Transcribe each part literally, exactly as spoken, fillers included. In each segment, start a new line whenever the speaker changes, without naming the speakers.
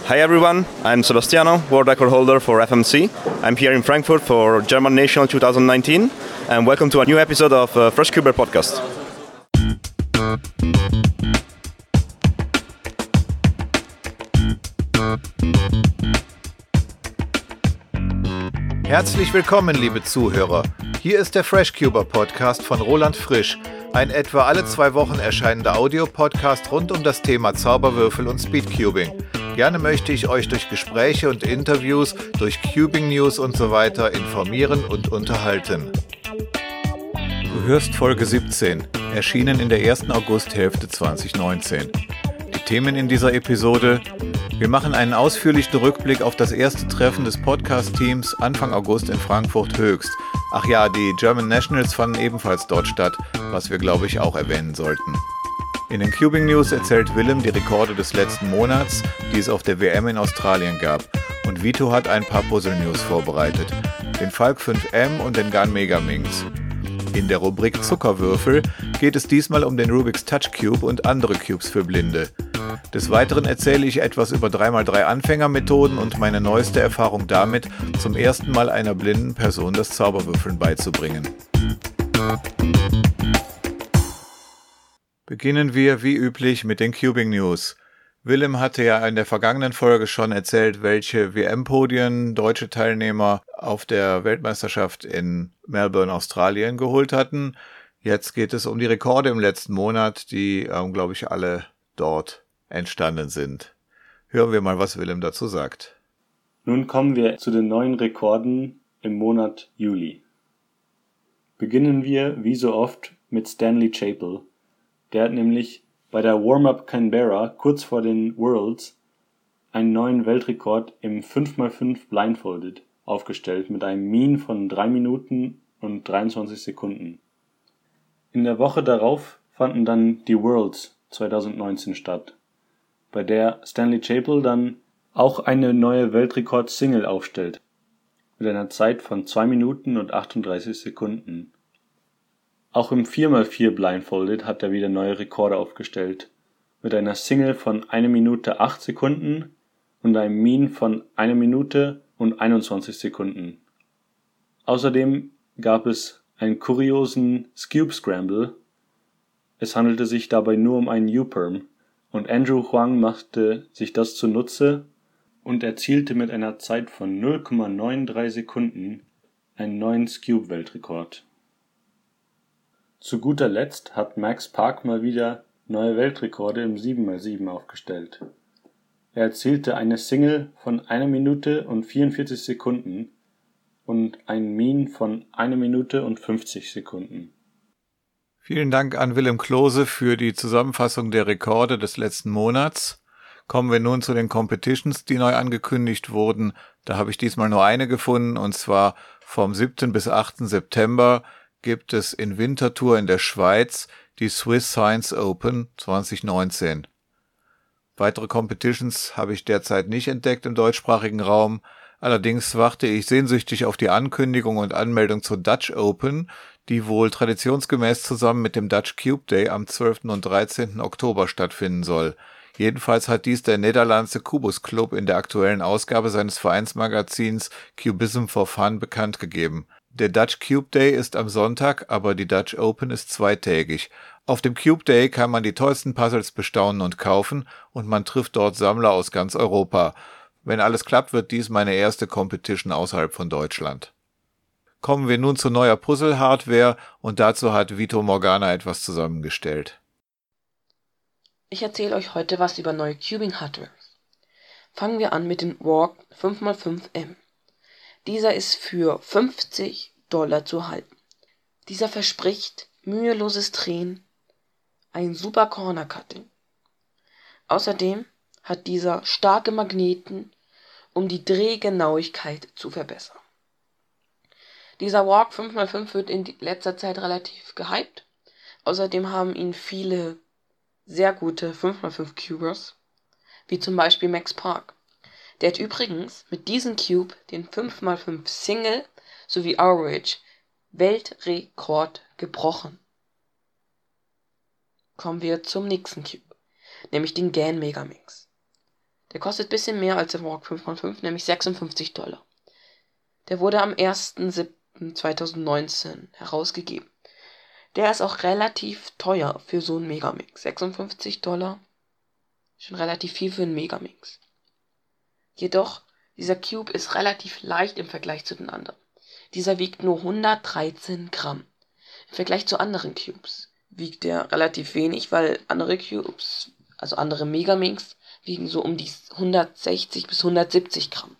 Hi everyone, I'm Sebastiano, world record holder for F M C. I'm here in Frankfurt for German National twenty nineteen and welcome to a new episode of uh, FreshCuber Podcast.
Herzlich willkommen, liebe Zuhörer. Hier ist der FreshCuber Podcast von Roland Frisch, ein etwa alle zwei Wochen erscheinender Audiopodcast rund um das Thema Zauberwürfel und Speedcubing. Gerne möchte ich euch durch Gespräche und Interviews, durch Cubing News und so weiter informieren und unterhalten. Du hörst Folge siebzehn, erschienen in der ersten Augusthälfte zwanzig neunzehn. Die Themen in dieser Episode: Wir machen einen ausführlichen Rückblick auf das erste Treffen des Podcast-Teams Anfang August in Frankfurt Höchst. Ach ja, die German Nationals fanden ebenfalls dort statt, was wir glaube ich auch erwähnen sollten. In den Cubing News erzählt Willem die Rekorde des letzten Monats, die es auf der W M in Australien gab. Und Vito hat ein paar Puzzle News vorbereitet. Den Falk fünf M und den Gun Megaminx. In der Rubrik Zuckerwürfel geht es diesmal um den Rubik's Touch Cube und andere Cubes für Blinde. Des Weiteren erzähle ich etwas über drei mal drei Anfängermethoden und meine neueste Erfahrung damit, zum ersten Mal einer blinden Person das Zauberwürfeln beizubringen. Beginnen wir wie üblich mit den Cubing News. Willem hatte ja in der vergangenen Folge schon erzählt, welche W M-Podien deutsche Teilnehmer auf der Weltmeisterschaft in Melbourne, Australien geholt hatten. Jetzt geht es um die Rekorde im letzten Monat, die, ähm, glaube ich, alle dort entstanden sind. Hören wir mal, was Willem dazu sagt.
Nun kommen wir zu den neuen Rekorden im Monat Juli. Beginnen wir, wie so oft, mit Stanley Chapel. Der hat nämlich bei der Warm-Up Canberra kurz vor den Worlds einen neuen Weltrekord im fünf mal fünf Blindfolded aufgestellt mit einem Mean von drei Minuten und dreiundzwanzig Sekunden. In der Woche darauf fanden dann die Worlds zwanzig neunzehn statt, bei der Stanley Chapel dann auch eine neue Weltrekord-Single aufstellt, mit einer Zeit von zwei Minuten und achtunddreißig Sekunden. Auch im vier mal vier Blindfolded hat er wieder neue Rekorde aufgestellt, mit einer Single von eine Minute acht Sekunden und einem Mean von eine Minute und einundzwanzig Sekunden. Außerdem gab es einen kuriosen Scube Scramble. Es handelte sich dabei nur um einen U-Perm und Andrew Huang machte sich das zunutze und erzielte mit einer Zeit von null Komma dreiundneunzig Sekunden einen neuen Scube-Weltrekord. Zu guter Letzt hat Max Park mal wieder neue Weltrekorde im sieben mal sieben aufgestellt. Er erzielte eine Single von einer Minute und vierundvierzig Sekunden und einen Mean von einer Minute und fünfzig Sekunden.
Vielen Dank an Willem Klose für die Zusammenfassung der Rekorde des letzten Monats. Kommen wir nun zu den Competitions, die neu angekündigt wurden. Da habe ich diesmal nur eine gefunden, und zwar vom siebten bis achten September gibt es in Winterthur in der Schweiz die Swiss Science Open zwanzig neunzehn. Weitere Competitions habe ich derzeit nicht entdeckt im deutschsprachigen Raum. Allerdings warte ich sehnsüchtig auf die Ankündigung und Anmeldung zur Dutch Open, die wohl traditionsgemäß zusammen mit dem Dutch Cube Day am zwölften und dreizehnten Oktober stattfinden soll. Jedenfalls hat dies der Nederlandse Kubus Club in der aktuellen Ausgabe seines Vereinsmagazins Cubism for Fun bekannt gegeben. Der Dutch Cube Day ist am Sonntag, aber die Dutch Open ist zweitägig. Auf dem Cube Day kann man die tollsten Puzzles bestaunen und kaufen und man trifft dort Sammler aus ganz Europa. Wenn alles klappt, wird dies meine erste Competition außerhalb von Deutschland. Kommen wir nun zu neuer Puzzle-Hardware und dazu hat Vito Morgana etwas zusammengestellt.
Ich erzähle euch heute was über neue Cubing-Hardware. Fangen wir an mit dem Warg fünf mal fünf M. Dieser ist für fünfzig Dollar zu halten. Dieser verspricht müheloses Drehen, ein super Corner Cutting. Außerdem hat dieser starke Magneten, um die Drehgenauigkeit zu verbessern. Dieser Warg fünf mal fünf wird in letzter Zeit relativ gehypt. Außerdem haben ihn viele sehr gute fünf mal fünf Cubers, wie zum Beispiel Max Park. Der hat übrigens mit diesem Cube den fünf mal fünf Single sowie Average Weltrekord gebrochen. Kommen wir zum nächsten Cube, nämlich den Gan Megaminx. Der kostet ein bisschen mehr als der Walk fünf mal fünf, nämlich sechsundfünfzig Dollar. Der wurde am ersten siebten zweitausendneunzehn herausgegeben. Der ist auch relativ teuer für so einen Megamix. sechsundfünfzig Dollar, schon relativ viel für einen Megamix. Jedoch, dieser Cube ist relativ leicht im Vergleich zu den anderen. Dieser wiegt nur hundertdreizehn Gramm. Im Vergleich zu anderen Cubes wiegt der relativ wenig, weil andere Cubes, also andere Megamix, wiegen so um die hundertsechzig bis hundertsiebzig Gramm.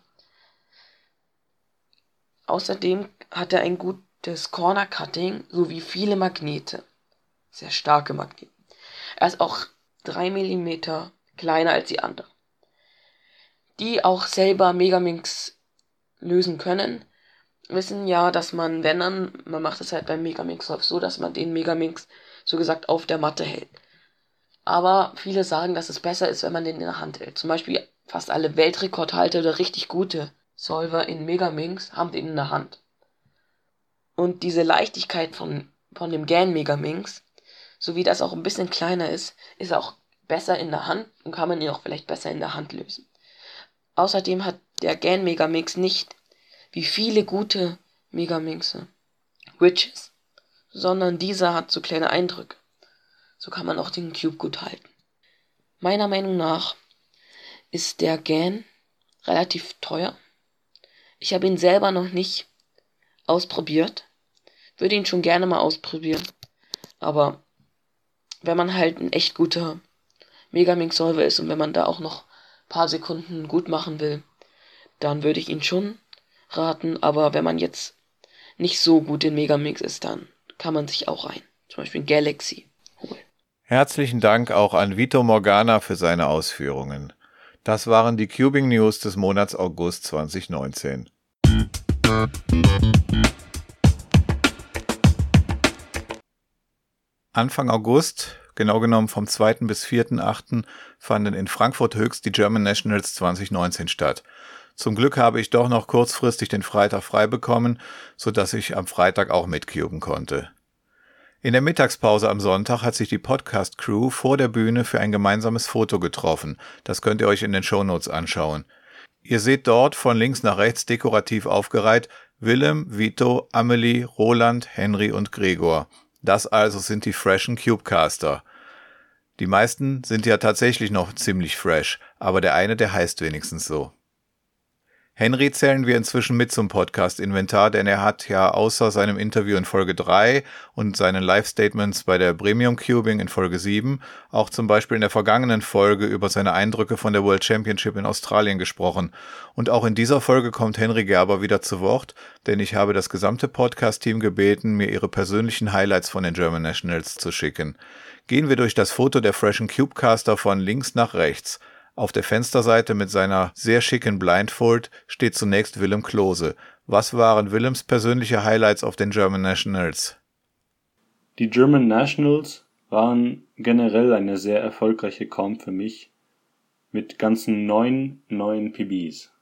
Außerdem hat er ein gutes Corner Cutting sowie viele Magnete. Sehr starke Magnete. Er ist auch drei Millimeter kleiner als die anderen. Die auch selber Megamix lösen können, wissen ja, dass man, wenn man, man macht es halt beim Megamix so, dass man den Megamix so gesagt auf der Matte hält. Aber viele sagen, dass es besser ist, wenn man den in der Hand hält. Zum Beispiel fast alle Weltrekordhalter oder richtig gute Solver in Megamix haben den in der Hand. Und diese Leichtigkeit von, von dem Gan Megamix, sowie das auch ein bisschen kleiner ist, ist auch besser in der Hand und kann man ihn auch vielleicht besser in der Hand lösen. Außerdem hat der Gan Megamix nicht, wie viele gute Megamixe, Ridges, sondern dieser hat so kleine Eindrücke. So kann man auch den Cube gut halten. Meiner Meinung nach ist der Gan relativ teuer. Ich habe ihn selber noch nicht ausprobiert. Würde ihn schon gerne mal ausprobieren. Aber wenn man halt ein echt guter Megamix-Solver ist und wenn man da auch noch ein paar Sekunden gut machen will, dann würde ich ihn schon raten. Aber wenn man jetzt nicht so gut in Megamix ist, dann kann man sich auch ein, zum Beispiel ein Galaxy holen.
Herzlichen Dank auch an Vito Morgana für seine Ausführungen. Das waren die Cubing News des Monats August zweitausendneunzehn. Anfang August, genau genommen vom zweiten bis vierten achten fanden in Frankfurt Höchst die German Nationals zweitausendneunzehn statt. Zum Glück habe ich doch noch kurzfristig den Freitag frei bekommen, sodass ich am Freitag auch mitcuben konnte. In der Mittagspause am Sonntag hat sich die Podcast-Crew vor der Bühne für ein gemeinsames Foto getroffen. Das könnt ihr euch in den Shownotes anschauen. Ihr seht dort von links nach rechts dekorativ aufgereiht Willem, Vito, Amelie, Roland, Henry und Gregor. Das also sind die freshen Cubecaster. Die meisten sind ja tatsächlich noch ziemlich fresh, aber der eine, der heißt wenigstens so. Henry zählen wir inzwischen mit zum Podcast-Inventar, denn er hat ja außer seinem Interview in Folge drei und seinen Live-Statements bei der Premium Cubing in Folge sieben auch zum Beispiel in der vergangenen Folge über seine Eindrücke von der World Championship in Australien gesprochen. Und auch in dieser Folge kommt Henry Gerber wieder zu Wort, denn ich habe das gesamte Podcast-Team gebeten, mir ihre persönlichen Highlights von den German Nationals zu schicken. Gehen wir durch das Foto der freshen Cubecaster von links nach rechts. Auf der Fensterseite mit seiner sehr schicken Blindfold steht zunächst Willem Klose. Was waren Willems persönliche Highlights auf den German Nationals?
Die German Nationals waren generell eine sehr erfolgreiche Comp für mich, mit ganzen neun neuen P Bs.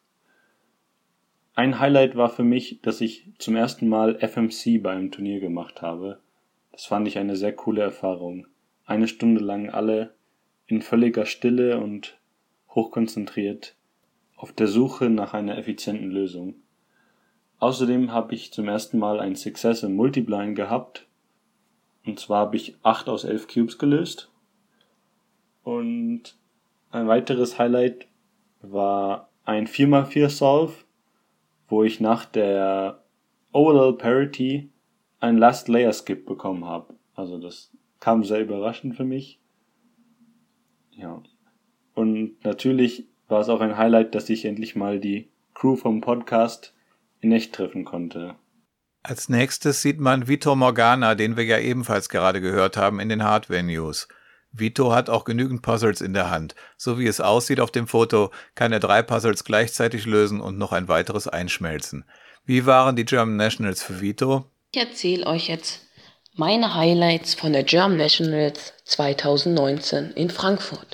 Ein Highlight war für mich, dass ich zum ersten Mal F M C bei einem Turnier gemacht habe. Das fand ich eine sehr coole Erfahrung. Eine Stunde lang alle in völliger Stille und hochkonzentriert auf der Suche nach einer effizienten Lösung. Außerdem habe ich zum ersten Mal ein Success im Multiblind gehabt. Und zwar habe ich acht aus elf Cubes gelöst. Und ein weiteres Highlight war ein vier mal vier Solve, wo ich nach der Overall Parity ein Last Layer Skip bekommen habe. Also das kam sehr überraschend für mich. Ja. Und natürlich war es auch ein Highlight, dass ich endlich mal die Crew vom Podcast in echt treffen konnte.
Als nächstes sieht man Vito Morgana, den wir ja ebenfalls gerade gehört haben in den Hardware-News. Vito hat auch genügend Puzzles in der Hand. So wie es aussieht auf dem Foto, kann er drei Puzzles gleichzeitig lösen und noch ein weiteres einschmelzen. Wie waren die German Nationals für Vito?
Ich erzähle euch jetzt meine Highlights von der German Nationals zweitausendneunzehn in Frankfurt.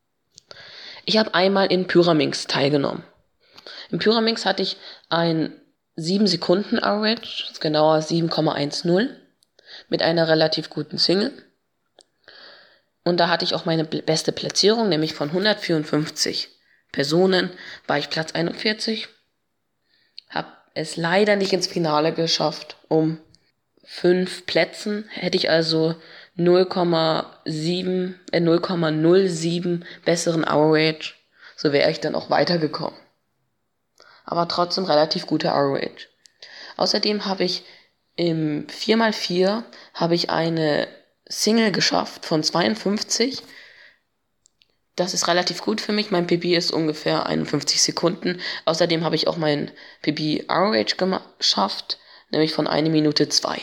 Ich habe einmal in Pyraminx teilgenommen. Im Pyraminx hatte ich ein sieben Sekunden Average, genauer sieben Komma zehn, mit einer relativ guten Single. Und da hatte ich auch meine beste Platzierung, nämlich von hundertvierundfünfzig Personen war ich Platz einundvierzig. Habe es leider nicht ins Finale geschafft. Um fünf Plätzen hätte ich also null Komma sieben, äh null Komma null sieben besseren Average. So wäre ich dann auch weitergekommen. Aber trotzdem relativ guter Average. Außerdem habe ich im vier mal vier habe ich eine Single geschafft von zweiundfünfzig. Das ist relativ gut für mich. Mein P B ist ungefähr einundfünfzig Sekunden. Außerdem habe ich auch mein P B Average geschafft, nämlich von einer Minute zwei.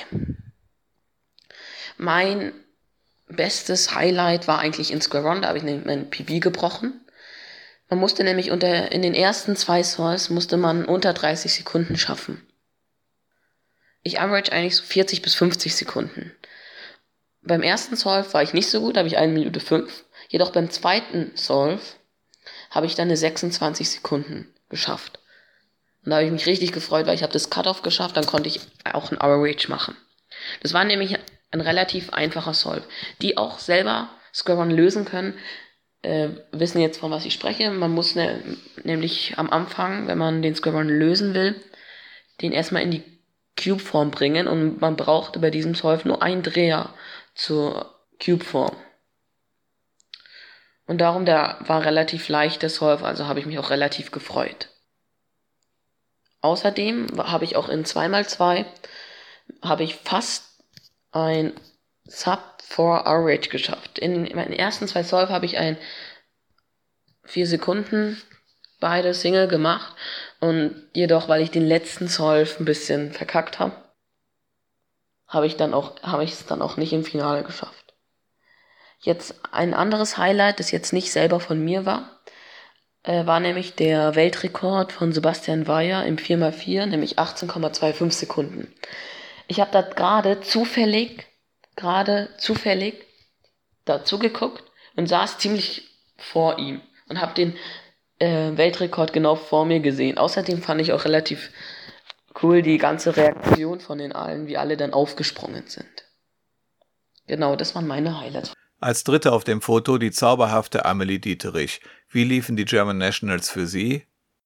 Mein bestes Highlight war eigentlich in Square One, da habe ich mein P B gebrochen. Man musste nämlich unter, in den ersten zwei Solves musste man unter dreißig Sekunden schaffen. Ich average eigentlich so vierzig bis fünfzig Sekunden. Beim ersten Solve war ich nicht so gut, da habe ich eine Minute fünf. Jedoch beim zweiten Solve habe ich dann eine sechsundzwanzig Sekunden geschafft. Und da habe ich mich richtig gefreut, weil ich habe das Cut-Off geschafft, dann konnte ich auch ein Average machen. Das war nämlich ein relativ einfacher Solve. Die auch selber Square One lösen können, äh, wissen jetzt, von was ich spreche. Man muss ne, nämlich am Anfang, wenn man den Square One lösen will, den erstmal in die Cube-Form bringen und man braucht bei diesem Solve nur einen Dreher zur Cube-Form. Und darum, der war relativ leicht, der Solve, also habe ich mich auch relativ gefreut. Außerdem habe ich auch in zwei mal zwei habe ich fast ein Sub vier Average geschafft. In meinen ersten zwei Solve habe ich ein vier Sekunden beide Single gemacht und jedoch, weil ich den letzten Solve ein bisschen verkackt habe, habe ich dann auch habe ich es dann auch nicht im Finale geschafft. Jetzt ein anderes Highlight, das jetzt nicht selber von mir war, äh, war nämlich der Weltrekord von Sebastian Weyer im vier mal vier, nämlich achtzehn Komma fünfundzwanzig Sekunden. Ich habe da gerade zufällig, gerade zufällig dazu geguckt und saß ziemlich vor ihm und habe den äh, Weltrekord genau vor mir gesehen. Außerdem fand ich auch relativ cool die ganze Reaktion von den allen, wie alle dann aufgesprungen sind. Genau, das waren meine Highlights.
Als Dritte auf dem Foto die zauberhafte Amelie Dieterich. Wie liefen die German Nationals für Sie?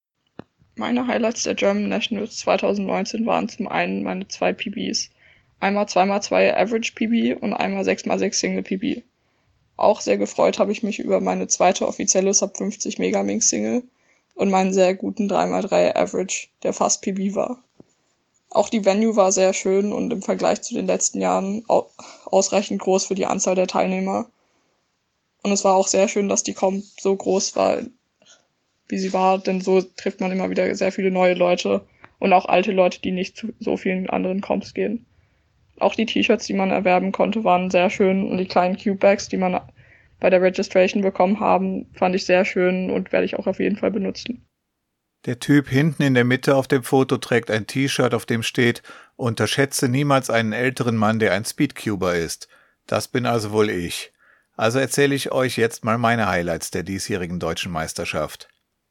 Meine Highlights der German Nationals zweitausendneunzehn waren zum einen meine zwei P Bs. Einmal zwei mal zwei Average P B und einmal sechs mal sechs Single P B. Auch sehr gefreut habe ich mich über meine zweite offizielle Sub fünfzig Megaminx Single und meinen sehr guten drei mal drei Average, der fast P B war. Auch die Venue war sehr schön und im Vergleich zu den letzten Jahren ausreichend groß für die Anzahl der Teilnehmer. Und es war auch sehr schön, dass die kaum so groß war, wie sie war, denn so trifft man immer wieder sehr viele neue Leute und auch alte Leute, die nicht zu so vielen anderen Comps gehen. Auch die T-Shirts, die man erwerben konnte, waren sehr schön und die kleinen Cube-Bags, die man bei der Registration bekommen haben, fand ich sehr schön und werde ich auch auf jeden Fall benutzen.
Der Typ hinten in der Mitte auf dem Foto trägt ein T-Shirt, auf dem steht: Unterschätze niemals einen älteren Mann, der ein Speedcuber ist. Das bin also wohl ich. Also erzähle ich euch jetzt mal meine Highlights der diesjährigen deutschen Meisterschaft.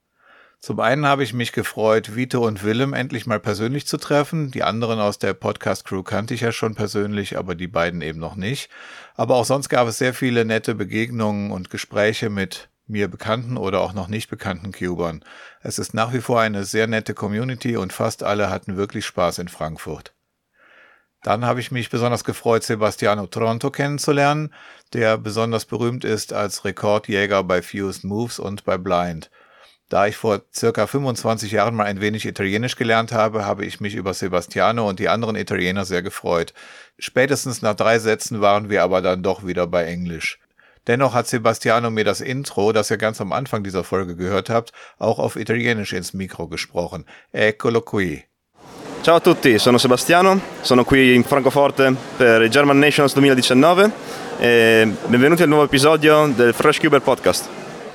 Zum einen habe ich mich gefreut, Vito und Willem endlich mal persönlich zu treffen. Die anderen aus der Podcast-Crew kannte ich ja schon persönlich, aber die beiden eben noch nicht. Aber auch sonst gab es sehr viele nette Begegnungen und Gespräche mit mir bekannten oder auch noch nicht bekannten Cubern. Es ist nach wie vor eine sehr nette Community und fast alle hatten wirklich Spaß in Frankfurt. Dann habe ich mich besonders gefreut, Sebastiano Tronto kennenzulernen, der besonders berühmt ist als Rekordjäger bei Fused Moves und bei Blind. Da ich vor circa fünfundzwanzig Jahren mal ein wenig Italienisch gelernt habe, habe ich mich über Sebastiano und die anderen Italiener sehr gefreut. Spätestens nach drei Sätzen waren wir aber dann doch wieder bei Englisch. Dennoch hat Sebastiano mir das Intro, das ihr ganz am Anfang dieser Folge gehört habt, auch auf Italienisch ins Mikro gesprochen. Eccolo qui.
Ciao a tutti, sono Sebastiano, sono qui in Francoforte per i German Nationals duemiladiciannove e benvenuti al nuovo episodio del Fresh Cuber Podcast.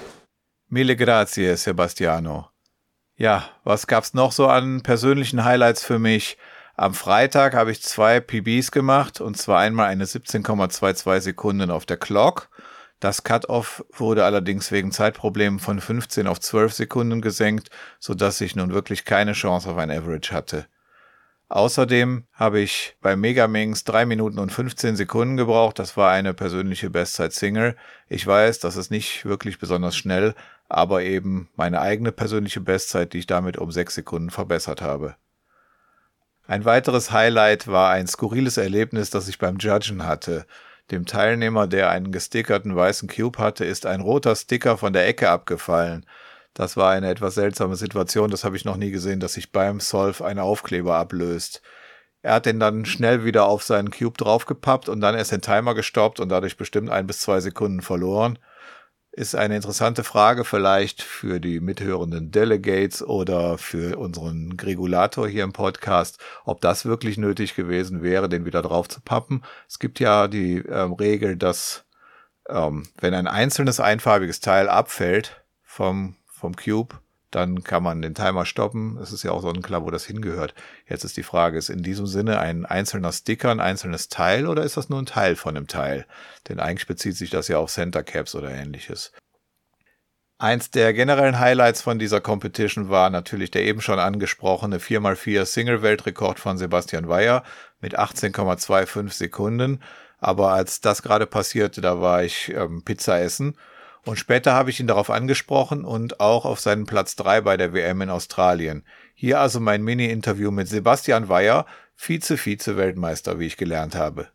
Mille grazie, Sebastiano. Ja, was gab's noch so an persönlichen Highlights für mich? Am Freitag habe ich zwei P Bs gemacht, und zwar einmal eine siebzehn Komma zweiundzwanzig Sekunden auf der Clock. Das Cut-Off wurde allerdings wegen Zeitproblemen von fünfzehn auf zwölf Sekunden gesenkt, sodass ich nun wirklich keine Chance auf ein Average hatte. Außerdem habe ich bei Megaminx drei Minuten und fünfzehn Sekunden gebraucht. Das war eine persönliche Bestzeit-Single. Ich weiß, das ist nicht wirklich besonders schnell, aber eben meine eigene persönliche Bestzeit, die ich damit um sechs Sekunden verbessert habe. Ein weiteres Highlight war ein skurriles Erlebnis, das ich beim Judgen hatte. Dem Teilnehmer, der einen gestickerten weißen Cube hatte, ist ein roter Sticker von der Ecke abgefallen. Das war eine etwas seltsame Situation, das habe ich noch nie gesehen, dass sich beim Solve ein Aufkleber ablöst. Er hat den dann schnell wieder auf seinen Cube draufgepappt und dann erst den Timer gestoppt und dadurch bestimmt ein bis zwei Sekunden verloren. Ist eine interessante Frage vielleicht für die mithörenden Delegates oder für unseren Regulator hier im Podcast, ob das wirklich nötig gewesen wäre, den wieder drauf zu pappen. Es gibt ja die ähm, Regel, dass ähm, wenn ein einzelnes einfarbiges Teil abfällt vom, vom Cube, dann kann man den Timer stoppen. Es ist ja auch sonnenklar, wo das hingehört. Jetzt ist die Frage, ist in diesem Sinne ein einzelner Sticker ein einzelnes Teil oder ist das nur ein Teil von einem Teil? Denn eigentlich bezieht sich das ja auf Center Caps oder ähnliches. Eins der generellen Highlights von dieser Competition war natürlich der eben schon angesprochene vier mal vier Single-Weltrekord von Sebastian Weyer mit achtzehn Komma fünfundzwanzig Sekunden. Aber als das gerade passierte, da war ich ähm, Pizza essen. Und später habe ich ihn darauf angesprochen und auch auf seinen Platz drei bei der W M in Australien. Hier also mein Mini-Interview mit Sebastian Weyer, Vize-Vize-Weltmeister, wie ich gelernt habe.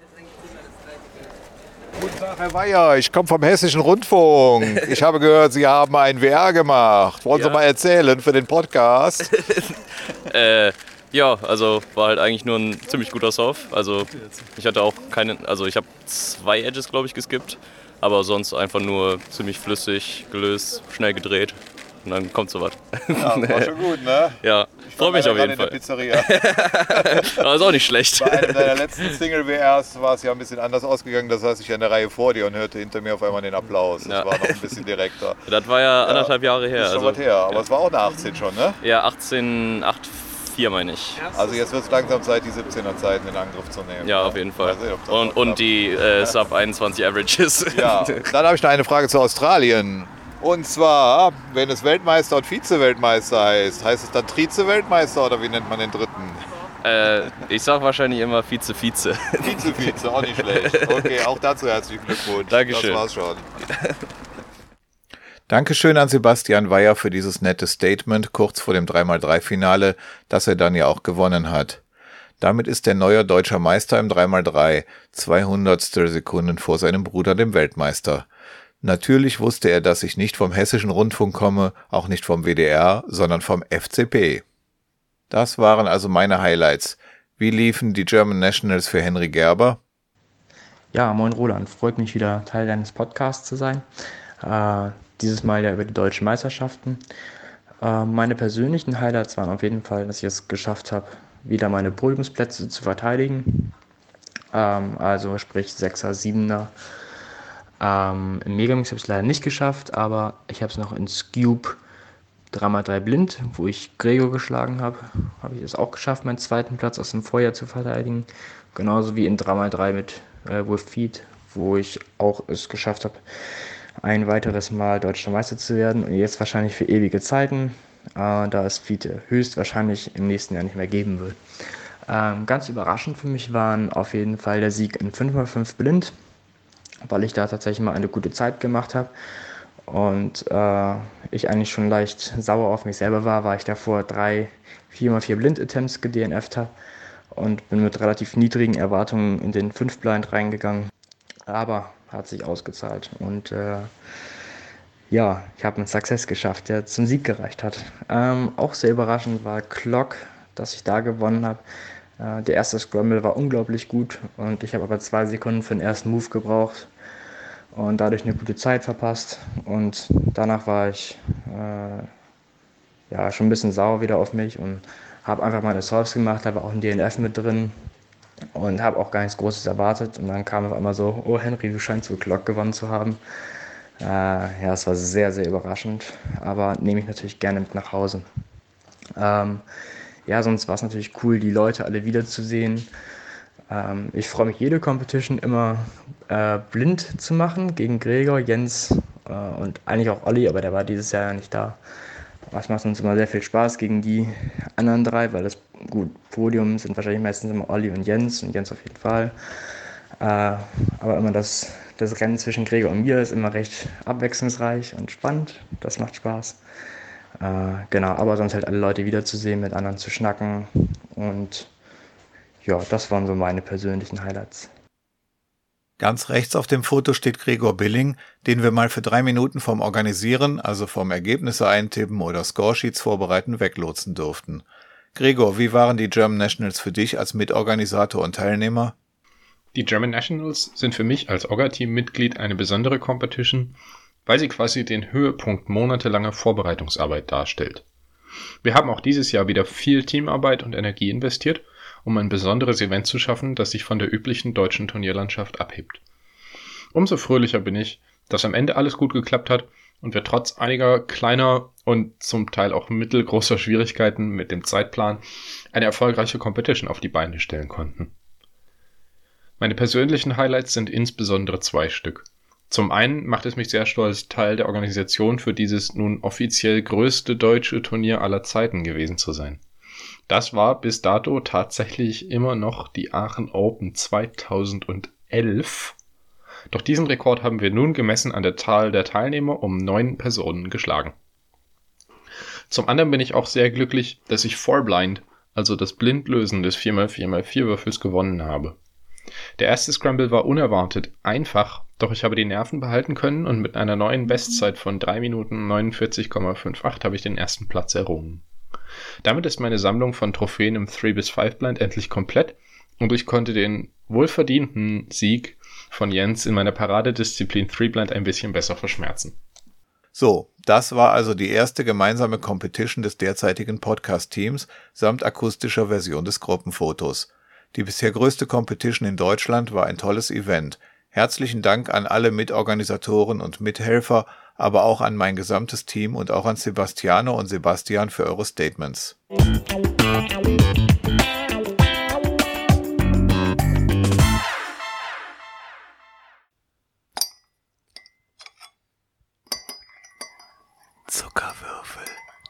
Guten Tag, Herr Weyer, ich komme vom Hessischen Rundfunk. Ich habe gehört, Sie haben ein W R gemacht. Wollen ja. Sie mal erzählen für den Podcast?
äh, ja, also war halt eigentlich nur ein ziemlich guter Surf. Also ich hatte auch keinen, also ich habe zwei Edges, glaube ich, geskippt. Aber sonst einfach nur ziemlich flüssig, gelöst, schnell gedreht und dann kommt sowas.
Ja, war schon gut, ne?
Ja, freue mich auf jeden Fall.
In der Pizzeria.
Aber ist auch nicht schlecht.
Bei einem deiner letzten Single-W Rs war es ja ein bisschen anders ausgegangen. Das heißt, ich an der Reihe vor dir und hörte hinter mir auf einmal den Applaus. Das ja. war noch ein bisschen direkter.
Das war ja anderthalb ja, Jahre her.
Das ist schon
also,
was her, aber
ja.
es war auch eine achtzehn schon, ne?
Ja, achtzehn, acht vier meine ich.
Also jetzt wird es langsam Zeit, die siebzehner Zeiten in Angriff zu nehmen.
Ja, auf jeden Fall. Sehen, und und die äh, Sub einundzwanzig Averages.
Ja, dann habe ich noch eine Frage zu Australien. Und zwar, wenn es Weltmeister und Vize-Weltmeister heißt, heißt es dann Trize-Weltmeister oder wie nennt man den dritten?
Äh, ich sag wahrscheinlich immer Vize-Vize.
Vize-Vize, auch nicht schlecht. Okay, auch dazu herzlichen Glückwunsch.
Dankeschön.
Das war's schon. Dankeschön an Sebastian Weyer für dieses nette Statement kurz vor dem drei mal drei Finale, das er dann ja auch gewonnen hat. Damit ist er neuer deutscher Meister im drei mal drei, zweihundertstel Sekunden vor seinem Bruder, dem Weltmeister. Natürlich wusste er, dass ich nicht vom Hessischen Rundfunk komme, auch nicht vom W D R, sondern vom F C P. Das waren also meine Highlights. Wie liefen die German Nationals für Henry Gerber?
Ja, moin Roland, freut mich wieder Teil deines Podcasts zu sein. Äh, dieses Mal ja über die deutschen Meisterschaften. Äh, meine persönlichen Highlights waren auf jeden Fall, dass ich es geschafft habe, wieder meine Podiumsplätze zu verteidigen. Ähm, also sprich Sechser, Siebener. Ähm, Im Megamix habe ich es leider nicht geschafft, aber ich habe es noch in Cube drei mal drei blind, wo ich Gregor geschlagen habe, habe ich es auch geschafft, meinen zweiten Platz aus dem Vorjahr zu verteidigen. Genauso wie in drei mal drei mit äh, With Feet, wo ich auch es geschafft habe, ein weiteres Mal Deutscher Meister zu werden und jetzt wahrscheinlich für ewige Zeiten, äh, da es Feet höchstwahrscheinlich im nächsten Jahr nicht mehr geben wird. Ähm, ganz überraschend für mich waren auf jeden Fall der Sieg in fünf mal fünf blind, weil ich da tatsächlich mal eine gute Zeit gemacht habe und äh, ich eigentlich schon leicht sauer auf mich selber war, weil ich davor drei vier mal vier Blind-Attempts ge-D N F'd habe und bin mit relativ niedrigen Erwartungen in den fünf Blind reingegangen, aber hat sich ausgezahlt und äh, ja, ich habe einen Success geschafft, der zum Sieg gereicht hat. Ähm, auch sehr überraschend war Clock, dass ich da gewonnen habe. Äh, der erste Scramble war unglaublich gut und ich habe aber zwei Sekunden für den ersten Move gebraucht und dadurch eine gute Zeit verpasst und danach war ich äh, ja schon ein bisschen sauer wieder auf mich und habe einfach meine Solves gemacht, da war auch ein D N F mit drin und habe auch gar nichts Großes erwartet und dann kam auf einmal so, oh Henry, du scheinst wohl Clock gewonnen zu haben. Äh, ja, es war sehr, sehr überraschend, aber nehme ich natürlich gerne mit nach Hause. Ähm, ja, sonst war es natürlich cool, die Leute alle wiederzusehen. Ähm, ich freue mich, jede Competition immer äh, blind zu machen, gegen Gregor, Jens äh, und eigentlich auch Olli, aber der war dieses Jahr ja nicht da. Das macht uns immer sehr viel Spaß gegen die anderen drei, weil das gut, Podium sind wahrscheinlich meistens immer Olli und Jens und Jens auf jeden Fall. Äh, aber immer das, das Rennen zwischen Gregor und mir ist immer recht abwechslungsreich und spannend. Das macht Spaß. Äh, genau, aber sonst halt alle Leute wiederzusehen, mit anderen zu schnacken. Und ja, das waren so meine persönlichen Highlights.
Ganz rechts auf dem Foto steht Gregor Billing, den wir mal für drei Minuten vom Organisieren, also vom Ergebnisse eintippen oder Scoresheets vorbereiten, weglotsen durften. Gregor, wie waren die German Nationals für dich als Mitorganisator und Teilnehmer?
Die German Nationals sind für mich als Orga-Team-Mitglied eine besondere Competition, weil sie quasi den Höhepunkt monatelanger Vorbereitungsarbeit darstellt. Wir haben auch dieses Jahr wieder viel Teamarbeit und Energie investiert, um ein besonderes Event zu schaffen, das sich von der üblichen deutschen Turnierlandschaft abhebt. Umso fröhlicher bin ich, dass am Ende alles gut geklappt hat und wir trotz einiger kleiner und zum Teil auch mittelgroßer Schwierigkeiten mit dem Zeitplan eine erfolgreiche Competition auf die Beine stellen konnten. Meine persönlichen Highlights sind insbesondere zwei Stück. Zum einen macht es mich sehr stolz, Teil der Organisation für dieses nun offiziell größte deutsche Turnier aller Zeiten gewesen zu sein. Das war bis dato tatsächlich immer noch die Aachen Open zweitausendelf. Doch diesen Rekord haben wir nun gemessen an der Zahl der Teilnehmer um neun Personen geschlagen. Zum anderen bin ich auch sehr glücklich, dass ich Four Blind, also das Blindlösen des vier mal vier mal vier Würfels, gewonnen habe. Der erste Scramble war unerwartet einfach, doch ich habe die Nerven behalten können und mit einer neuen Bestzeit von drei Minuten neunundvierzig Komma acht habe ich den ersten Platz errungen. Damit ist meine Sammlung von Trophäen im drei bis fünf Blind endlich komplett und ich konnte den wohlverdienten Sieg von Jens in meiner Paradedisziplin drei Blind ein bisschen besser verschmerzen.
So, das war also die erste gemeinsame Competition des derzeitigen Podcast-Teams samt akustischer Version des Gruppenfotos. Die bisher größte Competition in Deutschland war ein tolles Event. Herzlichen Dank an alle Mitorganisatoren und Mithelfer, aber auch an mein gesamtes Team und auch an Sebastiano und Sebastian für eure Statements. Zuckerwürfel.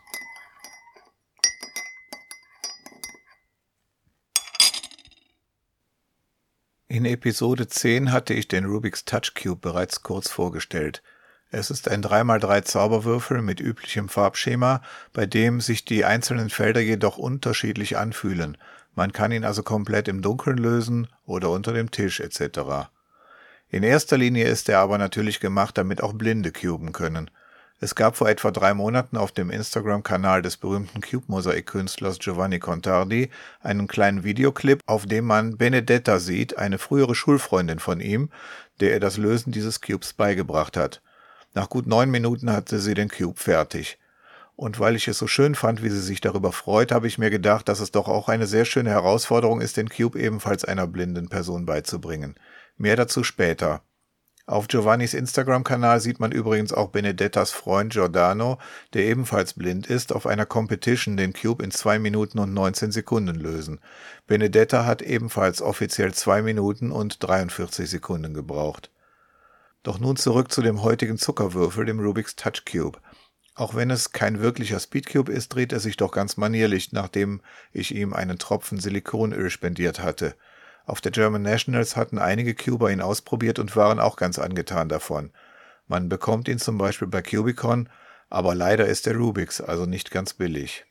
In Episode zehn hatte ich den Rubik's Touch Cube bereits kurz vorgestellt. Es ist ein drei mal drei Zauberwürfel mit üblichem Farbschema, bei dem sich die einzelnen Felder jedoch unterschiedlich anfühlen. Man kann ihn also komplett im Dunkeln lösen oder unter dem Tisch et cetera. In erster Linie ist er aber natürlich gemacht, damit auch Blinde cuben können. Es gab vor etwa drei Monaten auf dem Instagram-Kanal des berühmten Cube-Mosaik-Künstlers Giovanni Contardi einen kleinen Videoclip, auf dem man Benedetta sieht, eine frühere Schulfreundin von ihm, der er das Lösen dieses Cubes beigebracht hat. Nach gut neun Minuten hatte sie den Cube fertig. Und weil ich es so schön fand, wie sie sich darüber freut, habe ich mir gedacht, dass es doch auch eine sehr schöne Herausforderung ist, den Cube ebenfalls einer blinden Person beizubringen. Mehr dazu später. Auf Giovannis Instagram-Kanal sieht man übrigens auch Benedettas Freund Giordano, der ebenfalls blind ist, auf einer Competition den Cube in zwei Minuten und neunzehn Sekunden lösen. Benedetta hat ebenfalls offiziell zwei Minuten und dreiundvierzig Sekunden gebraucht. Doch nun zurück zu dem heutigen Zuckerwürfel, dem Rubik's Touch Cube. Auch wenn es kein wirklicher Speedcube ist, dreht er sich doch ganz manierlich, nachdem ich ihm einen Tropfen Silikonöl spendiert hatte. Auf der German Nationals hatten einige Cuber ihn ausprobiert und waren auch ganz angetan davon. Man bekommt ihn zum Beispiel bei Cubicon, aber leider ist der Rubik's also nicht ganz billig.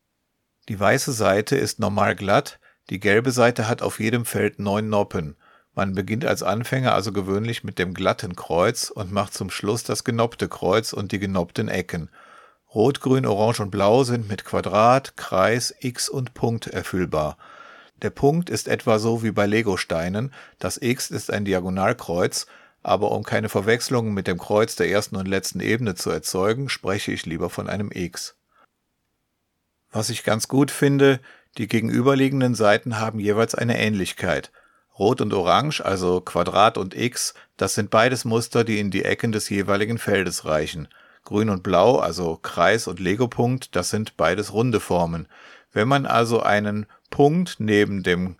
Die weiße Seite ist normal glatt, die gelbe Seite hat auf jedem Feld neun Noppen. Man beginnt als Anfänger also gewöhnlich mit dem glatten Kreuz und macht zum Schluss das genoppte Kreuz und die genoppten Ecken. Rot, Grün, Orange und Blau sind mit Quadrat, Kreis, X und Punkt erfüllbar. Der Punkt ist etwa so wie bei Legosteinen, das X ist ein Diagonalkreuz, aber um keine Verwechslungen mit dem Kreuz der ersten und letzten Ebene zu erzeugen, spreche ich lieber von einem X. Was ich ganz gut finde, die gegenüberliegenden Seiten haben jeweils eine Ähnlichkeit. Rot und Orange, also Quadrat und X, das sind beides Muster, die in die Ecken des jeweiligen Feldes reichen. Grün und Blau, also Kreis und Legopunkt, das sind beides runde Formen. Wenn man also einen Punkt neben dem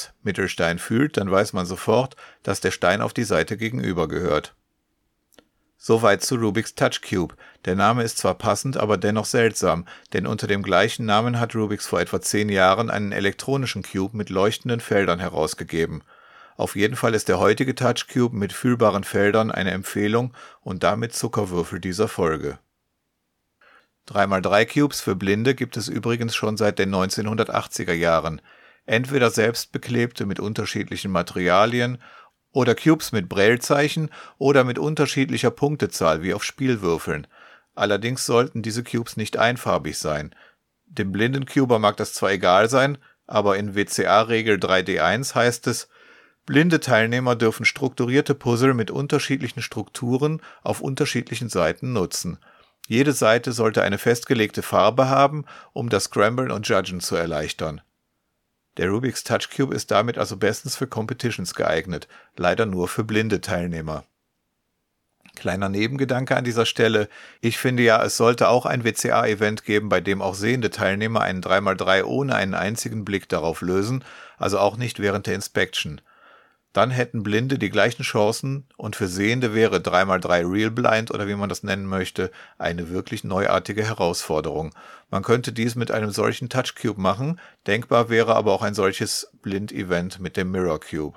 Kreismittelstein fühlt, dann weiß man sofort, dass der Stein auf die Seite gegenüber gehört. Soweit zu Rubik's Touch Cube. Der Name ist zwar passend, aber dennoch seltsam, denn unter dem gleichen Namen hat Rubik's vor etwa zehn Jahren einen elektronischen Cube mit leuchtenden Feldern herausgegeben. Auf jeden Fall ist der heutige Touch Cube mit fühlbaren Feldern eine Empfehlung und damit Zuckerwürfel dieser Folge. drei mal drei Cubes für Blinde gibt es übrigens schon seit den neunzehnhundertachtziger Jahren. Entweder selbstbeklebte mit unterschiedlichen Materialien oder Cubes mit Braillezeichen oder mit unterschiedlicher Punktezahl wie auf Spielwürfeln. Allerdings sollten diese Cubes nicht einfarbig sein. Dem Blindencuber mag das zwar egal sein, aber in W C A-Regel drei D eins heißt es, blinde Teilnehmer dürfen strukturierte Puzzle mit unterschiedlichen Strukturen auf unterschiedlichen Seiten nutzen. Jede Seite sollte eine festgelegte Farbe haben, um das Scramblen und Judgen zu erleichtern. Der Rubik's Touch Cube ist damit also bestens für Competitions geeignet, leider nur für blinde Teilnehmer. Kleiner Nebengedanke an dieser Stelle, ich finde ja, es sollte auch ein W C A-Event geben, bei dem auch sehende Teilnehmer einen drei mal drei ohne einen einzigen Blick darauf lösen, also auch nicht während der Inspection. Dann hätten Blinde die gleichen Chancen und für Sehende wäre drei mal drei Real Blind oder wie man das nennen möchte, eine wirklich neuartige Herausforderung. Man könnte dies mit einem solchen Touch Cube machen, denkbar wäre aber auch ein solches Blind-Event mit dem Mirror Cube.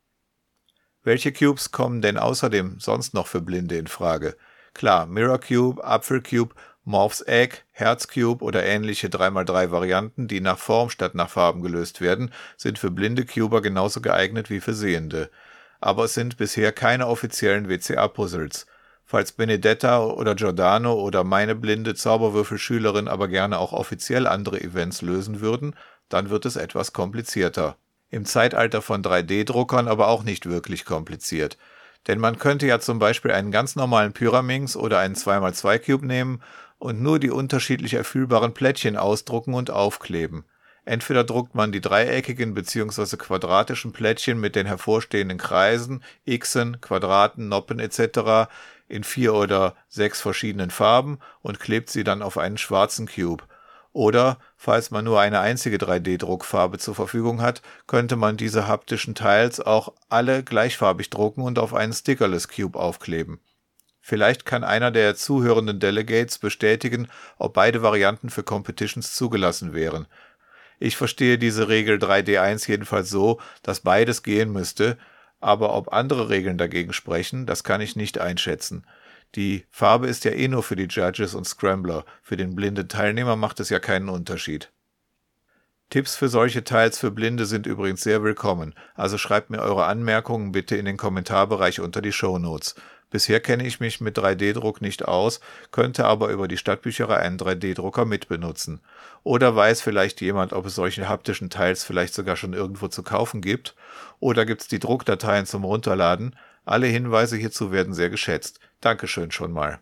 Welche Cubes kommen denn außerdem sonst noch für Blinde in Frage? Klar, Mirror Cube, Apfel Cube, Morph's Egg, Herz Cube oder ähnliche drei mal drei Varianten, die nach Form statt nach Farben gelöst werden, sind für blinde Cuber genauso geeignet wie für Sehende. Aber es sind bisher keine offiziellen W C A-Puzzles. Falls Benedetta oder Giordano oder meine blinde Zauberwürfelschülerin aber gerne auch offiziell andere Events lösen würden, dann wird es etwas komplizierter. Im Zeitalter von drei D-Druckern aber auch nicht wirklich kompliziert. Denn man könnte ja zum Beispiel einen ganz normalen Pyraminx oder einen zwei mal zwei Cube nehmen und nur die unterschiedlich erfüllbaren Plättchen ausdrucken und aufkleben. Entweder druckt man die dreieckigen bzw. quadratischen Plättchen mit den hervorstehenden Kreisen, Xen, Quadraten, Noppen et cetera in vier oder sechs verschiedenen Farben und klebt sie dann auf einen schwarzen Cube. Oder, falls man nur eine einzige drei D-Druckfarbe zur Verfügung hat, könnte man diese haptischen Teils auch alle gleichfarbig drucken und auf einen Stickerless Cube aufkleben. Vielleicht kann einer der zuhörenden Delegates bestätigen, ob beide Varianten für Competitions zugelassen wären. Ich verstehe diese Regel drei D eins jedenfalls so, dass beides gehen müsste, aber ob andere Regeln dagegen sprechen, das kann ich nicht einschätzen. Die Farbe ist ja eh nur für die Judges und Scrambler, für den blinden Teilnehmer macht es ja keinen Unterschied. Tipps für solche Teils für Blinde sind übrigens sehr willkommen, also schreibt mir eure Anmerkungen bitte in den Kommentarbereich unter die Shownotes. Bisher kenne ich mich mit drei D-Druck nicht aus, könnte aber über die Stadtbücherei einen drei D-Drucker mitbenutzen. Oder weiß vielleicht jemand, ob es solche haptischen Teils vielleicht sogar schon irgendwo zu kaufen gibt? Oder gibt es die Druckdateien zum Runterladen? Alle Hinweise hierzu werden sehr geschätzt. Dankeschön schon mal.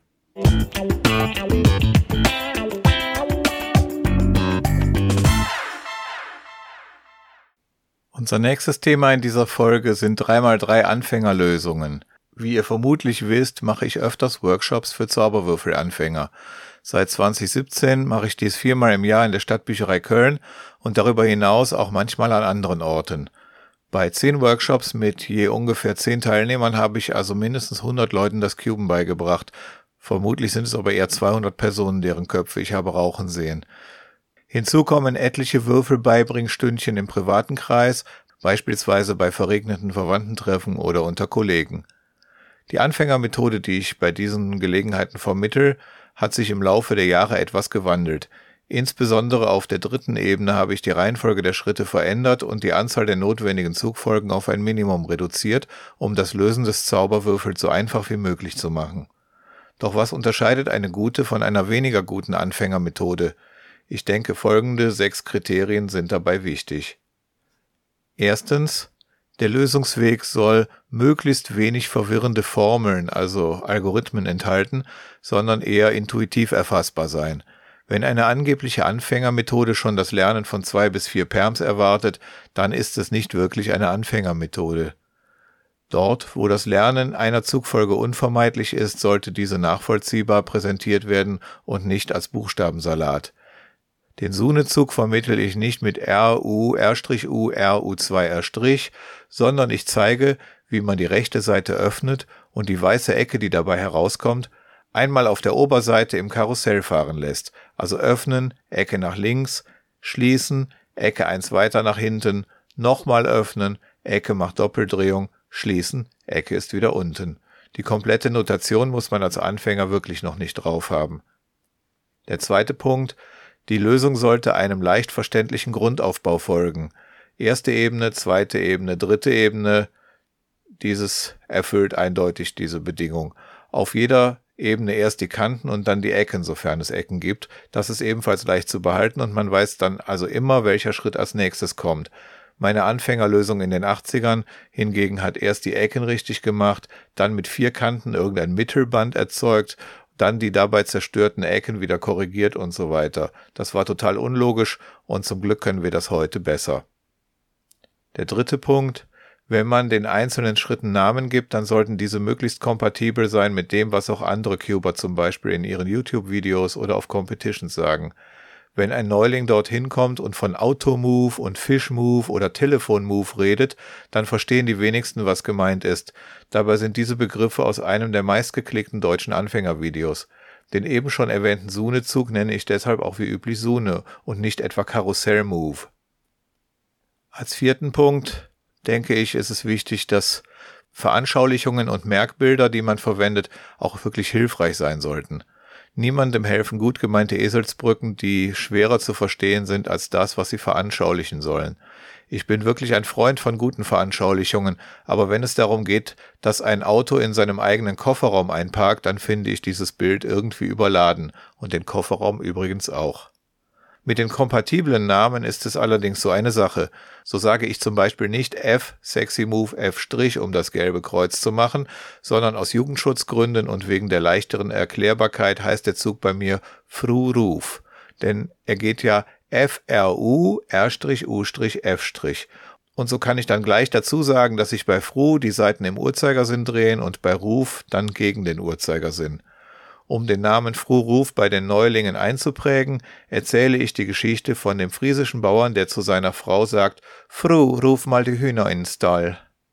Unser nächstes Thema in dieser Folge sind drei mal drei Anfängerlösungen. Wie ihr vermutlich wisst, mache ich öfters Workshops für Zauberwürfelanfänger. Seit zwanzig siebzehn mache ich dies viermal im Jahr in der Stadtbücherei Köln und darüber hinaus auch manchmal an anderen Orten. Bei zehn Workshops mit je ungefähr zehn Teilnehmern habe ich also mindestens hundert Leuten das Cuben beigebracht. Vermutlich sind es aber eher zweihundert Personen, deren Köpfe ich habe rauchen sehen. Hinzu kommen etliche Würfelbeibringstündchen im privaten Kreis, beispielsweise bei verregneten Verwandtentreffen oder unter Kollegen. Die Anfängermethode, die ich bei diesen Gelegenheiten vermittle, hat sich im Laufe der Jahre etwas gewandelt. Insbesondere auf der dritten Ebene habe ich die Reihenfolge der Schritte verändert und die Anzahl der notwendigen Zugfolgen auf ein Minimum reduziert, um das Lösen des Zauberwürfels so einfach wie möglich zu machen. Doch was unterscheidet eine gute von einer weniger guten Anfängermethode? Ich denke, folgende sechs Kriterien sind dabei wichtig. Erstens: Der Lösungsweg soll möglichst wenig verwirrende Formeln, also Algorithmen, enthalten, sondern eher intuitiv erfassbar sein. Wenn eine angebliche Anfängermethode schon das Lernen von zwei bis vier Perms erwartet, dann ist es nicht wirklich eine Anfängermethode. Dort, wo das Lernen einer Zugfolge unvermeidlich ist, sollte diese nachvollziehbar präsentiert werden und nicht als Buchstabensalat. Den Sune-Zug vermittle ich nicht mit R, U, R', U, R, U zwei, R', sondern ich zeige, wie man die rechte Seite öffnet und die weiße Ecke, die dabei herauskommt, einmal auf der Oberseite im Karussell fahren lässt. Also öffnen, Ecke nach links, schließen, Ecke eins weiter nach hinten, nochmal öffnen, Ecke macht Doppeldrehung, schließen, Ecke ist wieder unten. Die komplette Notation muss man als Anfänger wirklich noch nicht drauf haben. Der zweite Punkt: Die Lösung sollte einem leicht verständlichen Grundaufbau folgen. Erste Ebene, zweite Ebene, dritte Ebene, dieses erfüllt eindeutig diese Bedingung. Auf jeder Ebene erst die Kanten und dann die Ecken, sofern es Ecken gibt. Das ist ebenfalls leicht zu behalten und man weiß dann also immer, welcher Schritt als nächstes kommt. Meine Anfängerlösung in den achtzigern hingegen hat erst die Ecken richtig gemacht, dann mit vier Kanten irgendein Mittelband erzeugt, dann die dabei zerstörten Ecken wieder korrigiert und so weiter. Das war total unlogisch und zum Glück können wir das heute besser. Der dritte Punkt: Wenn man den einzelnen Schritten Namen gibt, dann sollten diese möglichst kompatibel sein mit dem, was auch andere Cuber zum Beispiel in ihren YouTube-Videos oder auf Competitions sagen. Wenn ein Neuling dorthin kommt und von Auto-Move und Fish-Move oder Telefon-Move redet, dann verstehen die wenigsten, was gemeint ist. Dabei sind diese Begriffe aus einem der meistgeklickten deutschen Anfängervideos. Den eben schon erwähnten Sune-Zug nenne ich deshalb auch wie üblich Sune und nicht etwa Karussell-Move. Als vierten Punkt denke ich, ist es wichtig, dass Veranschaulichungen und Merkbilder, die man verwendet, auch wirklich hilfreich sein sollten. Niemandem helfen gut gemeinte Eselsbrücken, die schwerer zu verstehen sind als das, was sie veranschaulichen sollen. Ich bin wirklich ein Freund von guten Veranschaulichungen, aber wenn es darum geht, dass ein Auto in seinem eigenen Kofferraum einparkt, dann finde ich dieses Bild irgendwie überladen und den Kofferraum übrigens auch. Mit den kompatiblen Namen ist es allerdings so eine Sache. So sage ich zum Beispiel nicht F, Sexy Move, F', um das gelbe Kreuz zu machen, sondern aus Jugendschutzgründen und wegen der leichteren Erklärbarkeit heißt der Zug bei mir Fru Ruf. Denn er geht ja F R U R U F'. Und so kann ich dann gleich dazu sagen, dass sich bei Fru die Seiten im Uhrzeigersinn drehen und bei Ruf dann gegen den Uhrzeigersinn. Um den Namen Fru Ruf bei den Neulingen einzuprägen, erzähle ich die Geschichte von dem friesischen Bauern, der zu seiner Frau sagt: Fru, ruf mal die Hühner in den Stall.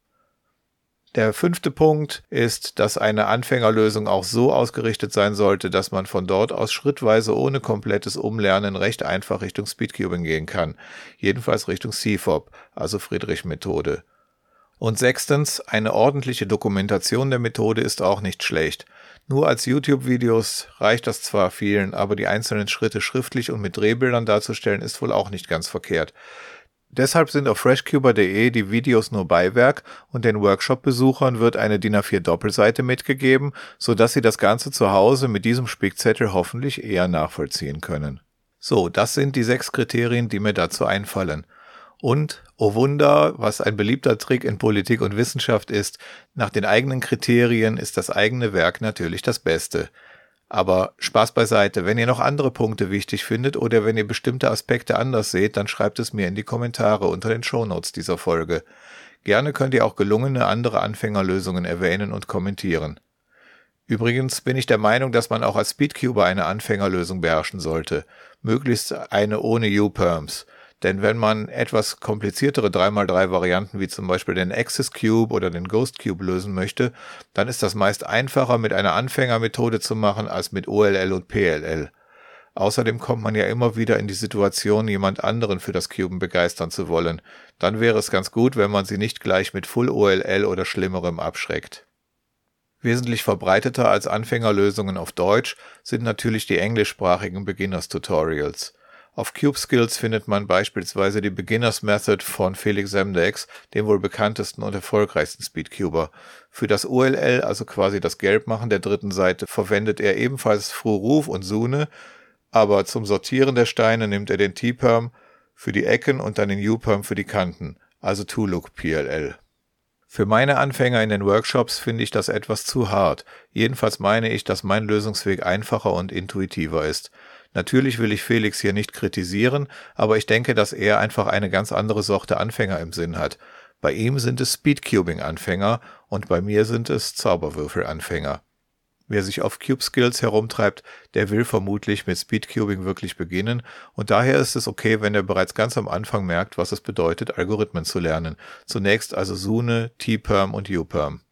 Der fünfte Punkt ist, dass eine Anfängerlösung auch so ausgerichtet sein sollte, dass man von dort aus schrittweise ohne komplettes Umlernen recht einfach Richtung Speedcubing gehen kann. Jedenfalls Richtung C F O P, also Friedrich-Methode. Und sechstens, eine ordentliche Dokumentation der Methode ist auch nicht schlecht. Nur als YouTube-Videos reicht das zwar vielen, aber die einzelnen Schritte schriftlich und mit Drehbildern darzustellen ist wohl auch nicht ganz verkehrt. Deshalb sind auf freshcuber punkt de die Videos nur Beiwerk und den Workshop-Besuchern wird eine D I N A vier Doppelseite mitgegeben, sodass sie das Ganze zu Hause mit diesem Spickzettel hoffentlich eher nachvollziehen können. So, das sind die sechs Kriterien, die mir dazu einfallen. Und, oh Wunder, was ein beliebter Trick in Politik und Wissenschaft ist, nach den eigenen Kriterien ist das eigene Werk natürlich das Beste. Aber Spaß beiseite, wenn ihr noch andere Punkte wichtig findet oder wenn ihr bestimmte Aspekte anders seht, dann schreibt es mir in die Kommentare unter den Shownotes dieser Folge. Gerne könnt ihr auch gelungene andere Anfängerlösungen erwähnen und kommentieren. Übrigens bin ich der Meinung, dass man auch als Speedcuber eine Anfängerlösung beherrschen sollte, möglichst eine ohne U-Perms. Denn wenn man etwas kompliziertere drei mal drei Varianten wie zum Beispiel den Axis Cube oder den Ghost Cube lösen möchte, dann ist das meist einfacher mit einer Anfängermethode zu machen als mit O L L und P L L. Außerdem kommt man ja immer wieder in die Situation, jemand anderen für das Cuben begeistern zu wollen. Dann wäre es ganz gut, wenn man sie nicht gleich mit Full O L L oder Schlimmerem abschreckt. Wesentlich verbreiteter als Anfängerlösungen auf Deutsch sind natürlich die englischsprachigen Beginners-Tutorials. Auf CubeSkills findet man beispielsweise die Beginners Method von Felix Semdex, dem wohl bekanntesten und erfolgreichsten Speedcuber. Für das O L L, also quasi das Gelbmachen der dritten Seite, verwendet er ebenfalls Fru Ruf und Sune, aber zum Sortieren der Steine nimmt er den T-Perm für die Ecken und dann den U-Perm für die Kanten, also Two-Look P L L. Für meine Anfänger in den Workshops finde ich das etwas zu hart. Jedenfalls meine ich, dass mein Lösungsweg einfacher und intuitiver ist. Natürlich will ich Felix hier nicht kritisieren, aber ich denke, dass er einfach eine ganz andere Sorte Anfänger im Sinn hat. Bei ihm sind es Speedcubing-Anfänger und bei mir sind es Zauberwürfel-Anfänger. Wer sich auf CubeSkills herumtreibt, der will vermutlich mit Speedcubing wirklich beginnen und daher ist es okay, wenn er bereits ganz am Anfang merkt, was es bedeutet, Algorithmen zu lernen. Zunächst also Sune, T-Perm und U-Perm.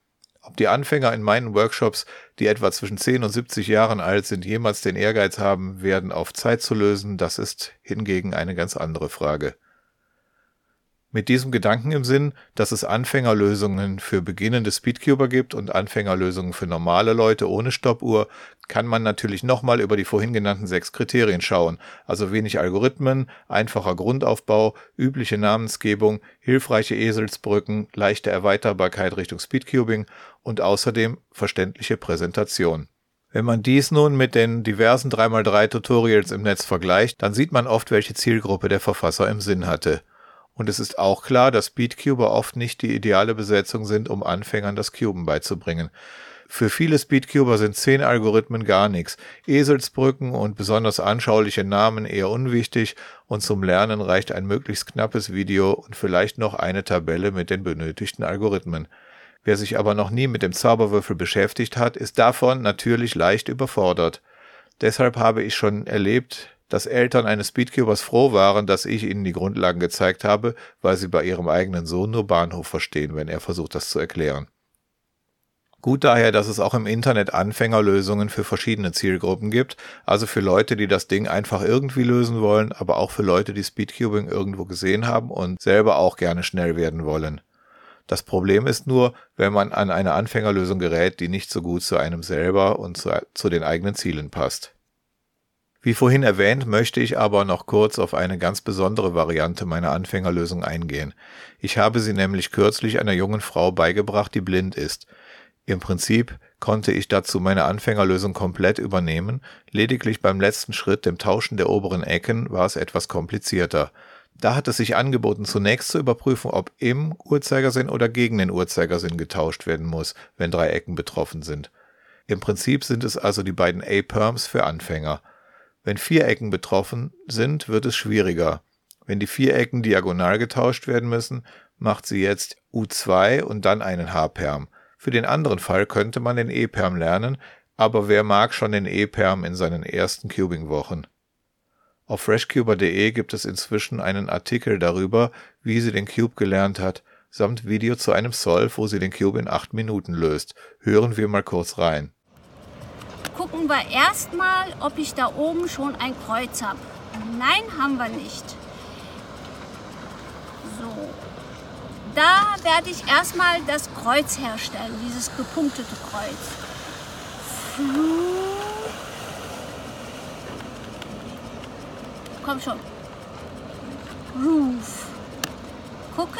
Ob die Anfänger in meinen Workshops, die etwa zwischen zehn und siebzig Jahren alt sind, jemals den Ehrgeiz haben werden, auf Zeit zu lösen, das ist hingegen eine ganz andere Frage. Mit diesem Gedanken im Sinn, dass es Anfängerlösungen für beginnende Speedcuber gibt und Anfängerlösungen für normale Leute ohne Stoppuhr, kann man natürlich nochmal über die vorhin genannten sechs Kriterien schauen, also wenig Algorithmen, einfacher Grundaufbau, übliche Namensgebung, hilfreiche Eselsbrücken, leichte Erweiterbarkeit Richtung Speedcubing und außerdem verständliche Präsentation. Wenn man dies nun mit den diversen drei mal drei Tutorials im Netz vergleicht, dann sieht man oft, welche Zielgruppe der Verfasser im Sinn hatte. Und es ist auch klar, dass Speedcuber oft nicht die ideale Besetzung sind, um Anfängern das Cuben beizubringen. Für viele Speedcuber sind zehn Algorithmen gar nichts, Eselsbrücken und besonders anschauliche Namen eher unwichtig und zum Lernen reicht ein möglichst knappes Video und vielleicht noch eine Tabelle mit den benötigten Algorithmen. Wer sich aber noch nie mit dem Zauberwürfel beschäftigt hat, ist davon natürlich leicht überfordert. Deshalb habe ich schon erlebt, dass Eltern eines Speedcubers froh waren, dass ich ihnen die Grundlagen gezeigt habe, weil sie bei ihrem eigenen Sohn nur Bahnhof verstehen, wenn er versucht, das zu erklären. Gut daher, dass es auch im Internet Anfängerlösungen für verschiedene Zielgruppen gibt, also für Leute, die das Ding einfach irgendwie lösen wollen, aber auch für Leute, die Speedcubing irgendwo gesehen haben und selber auch gerne schnell werden wollen. Das Problem ist nur, wenn man an eine Anfängerlösung gerät, die nicht so gut zu einem selber und zu, zu den eigenen Zielen passt. Wie vorhin erwähnt, möchte ich aber noch kurz auf eine ganz besondere Variante meiner Anfängerlösung eingehen. Ich habe sie nämlich kürzlich einer jungen Frau beigebracht, die blind ist. Im Prinzip konnte ich dazu meine Anfängerlösung komplett übernehmen, lediglich beim letzten Schritt, dem Tauschen der oberen Ecken, war es etwas komplizierter. Da hat es sich angeboten, zunächst zu überprüfen, ob im Uhrzeigersinn oder gegen den Uhrzeigersinn getauscht werden muss, wenn drei Ecken betroffen sind. Im Prinzip sind es also die beiden A-Perms für Anfänger. Wenn vier Ecken betroffen sind, wird es schwieriger. Wenn die vier Ecken diagonal getauscht werden müssen, macht sie jetzt U zwei und dann einen H-Perm. Für den anderen Fall könnte man den E-Perm lernen, aber wer mag schon den E-Perm in seinen ersten Cubing-Wochen? Auf freshcuber punkt de gibt es inzwischen einen Artikel darüber, wie sie den Cube gelernt hat, samt Video zu einem Solve, wo sie den Cube in acht Minuten löst. Hören wir mal kurz rein.
Gucken wir erstmal, ob ich da oben schon ein Kreuz habe. Nein, haben wir nicht. So. Da werde ich erstmal das Kreuz herstellen, dieses gepunktete Kreuz. Komm schon. Roof. Gucken.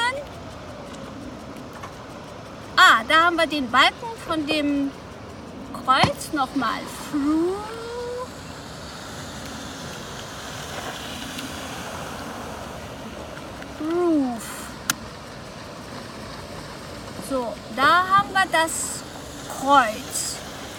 Ah, da haben wir den Balken von dem Kreuz nochmal. Roof. So, da haben wir das Kreuz.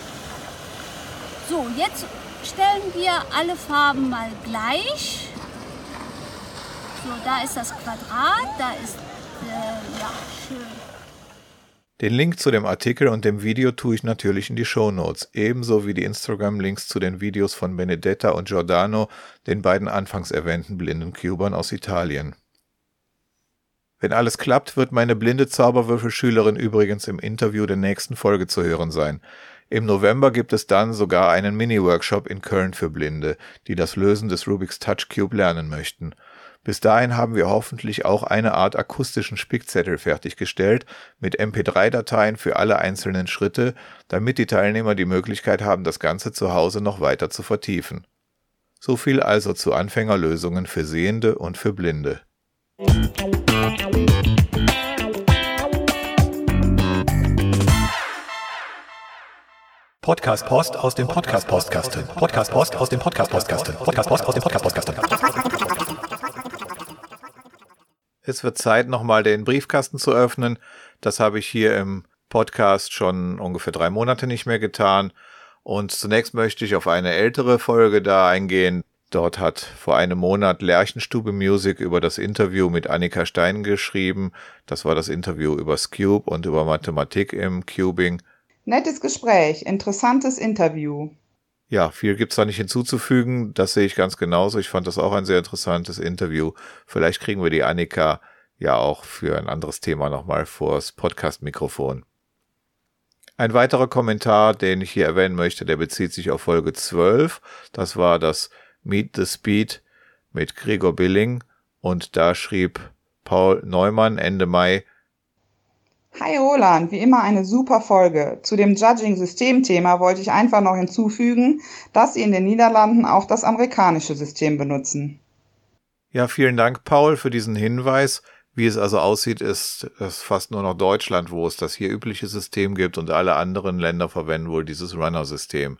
So, jetzt stellen wir alle Farben mal gleich. So, da ist das Quadrat, da ist, äh, ja, schön.
Den Link zu dem Artikel und dem Video tue ich natürlich in die Shownotes, ebenso wie die Instagram-Links zu den Videos von Benedetta und Giordano, den beiden anfangs erwähnten blinden Cubern aus Italien. Wenn alles klappt, wird meine blinde Zauberwürfelschülerin übrigens im Interview der nächsten Folge zu hören sein. Im November gibt es dann sogar einen Mini-Workshop in Köln für Blinde, die das Lösen des Rubik's Touch Cube lernen möchten. Bis dahin haben wir hoffentlich auch eine Art akustischen Spickzettel fertiggestellt mit M P drei Dateien für alle einzelnen Schritte, damit die Teilnehmer die Möglichkeit haben, das Ganze zu Hause noch weiter zu vertiefen. So viel also zu Anfängerlösungen für Sehende und für Blinde.
Podcast Post aus dem Podcast Postkasten. Podcast Post aus dem Podcast Postkasten. Podcast Post aus dem Podcast Postkasten.
Es wird Zeit, nochmal den Briefkasten zu öffnen. Das habe ich hier im Podcast schon ungefähr drei Monate nicht mehr getan. Und zunächst möchte ich auf eine ältere Folge da eingehen. Dort hat vor einem Monat Lerchenstube Music über das Interview mit Annika Stein geschrieben. Das war das Interview über Cube und über Mathematik im Cubing.
Nettes Gespräch, interessantes Interview.
Ja, viel gibt's da nicht hinzuzufügen. Das sehe ich ganz genauso. Ich fand das auch ein sehr interessantes Interview. Vielleicht kriegen wir die Annika ja auch für ein anderes Thema nochmal vors Podcast-Mikrofon. Ein weiterer Kommentar, den ich hier erwähnen möchte, der bezieht sich auf Folge zwölf. Das war das Meet the Speed mit Gregor Billing. Und da schrieb Paul Neumann Ende Mai:
Hi Roland, wie immer eine super Folge. Zu dem Judging-System-Thema wollte ich einfach noch hinzufügen, dass Sie in den Niederlanden auch das amerikanische System benutzen.
Ja, vielen Dank, Paul, für diesen Hinweis. Wie es also aussieht, ist es fast nur noch Deutschland, wo es das hier übliche System gibt, und alle anderen Länder verwenden wohl dieses Runner-System.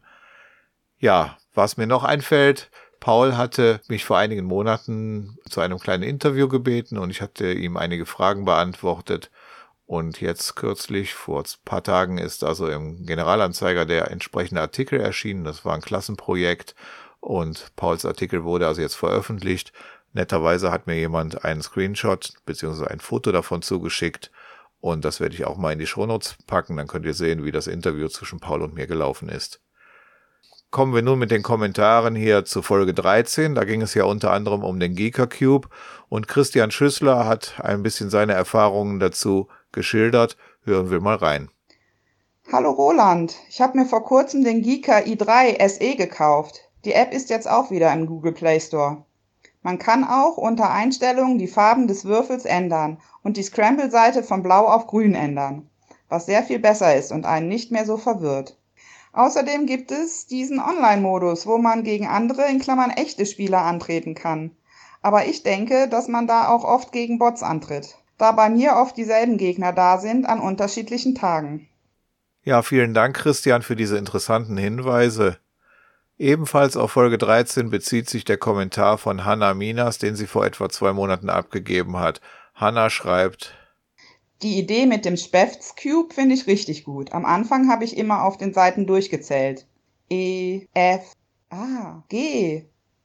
Ja, was mir noch einfällt: Paul hatte mich vor einigen Monaten zu einem kleinen Interview gebeten und ich hatte ihm einige Fragen beantwortet. Und jetzt kürzlich, vor ein paar Tagen, ist also im Generalanzeiger der entsprechende Artikel erschienen. Das war ein Klassenprojekt und Pauls Artikel wurde also jetzt veröffentlicht. Netterweise hat mir jemand einen Screenshot bzw. ein Foto davon zugeschickt und das werde ich auch mal in die Shownotes packen. Dann könnt ihr sehen, wie das Interview zwischen Paul und mir gelaufen ist. Kommen wir nun mit den Kommentaren hier zu Folge dreizehn. Da ging es ja unter anderem um den Geeker Cube und Christian Schüssler hat ein bisschen seine Erfahrungen dazu geschildert. Hören wir mal rein.
Hallo Roland, ich habe mir vor kurzem den Geeker i drei S E gekauft. Die App ist jetzt auch wieder im Google Play Store. Man kann auch unter Einstellungen die Farben des Würfels ändern und die Scramble-Seite von blau auf grün ändern, was sehr viel besser ist und einen nicht mehr so verwirrt. Außerdem gibt es diesen Online-Modus, wo man gegen andere, in Klammern echte Spieler, antreten kann. Aber ich denke, dass man da auch oft gegen Bots antritt, da bei mir oft dieselben Gegner da sind an unterschiedlichen Tagen.
Ja, vielen Dank, Christian, für diese interessanten Hinweise. Ebenfalls auf Folge dreizehn bezieht sich der Kommentar von Hannah Minas, den sie vor etwa zwei Monaten abgegeben hat. Hannah schreibt:
Die Idee mit dem Spefts Cube finde ich richtig gut. Am Anfang habe ich immer auf den Seiten durchgezählt. E, F, ah, G.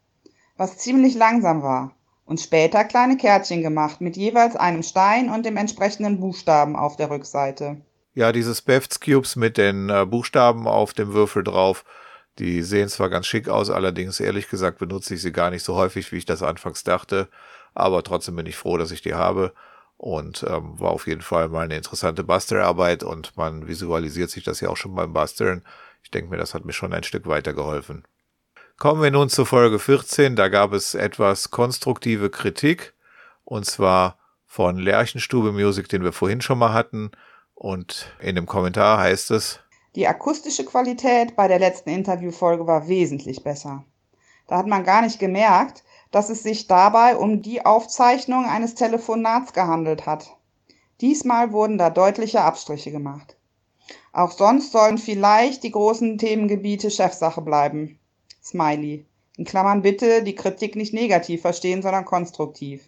Was ziemlich langsam war. Und später kleine Kärtchen gemacht mit jeweils einem Stein und dem entsprechenden Buchstaben auf der Rückseite.
Ja, diese Spefts Cubes mit den äh, Buchstaben auf dem Würfel drauf, die sehen zwar ganz schick aus, allerdings ehrlich gesagt benutze ich sie gar nicht so häufig, wie ich das anfangs dachte. Aber trotzdem bin ich froh, dass ich die habe. Und ähm, war auf jeden Fall mal eine interessante Bastelarbeit und man visualisiert sich das ja auch schon beim Basteln. Ich denke mir, das hat mir schon ein Stück weitergeholfen. Kommen wir nun zur Folge vierzehn. Da gab es etwas konstruktive Kritik. Und zwar von Lerchenstube Music, den wir vorhin schon mal hatten. Und in dem Kommentar heißt es:
Die akustische Qualität bei der letzten Interviewfolge war wesentlich besser. Da hat man gar nicht gemerkt, dass es sich dabei um die Aufzeichnung eines Telefonats gehandelt hat. Diesmal wurden da deutliche Abstriche gemacht. Auch sonst sollen vielleicht die großen Themengebiete Chefsache bleiben. Smiley. In Klammern bitte die Kritik nicht negativ verstehen, sondern konstruktiv.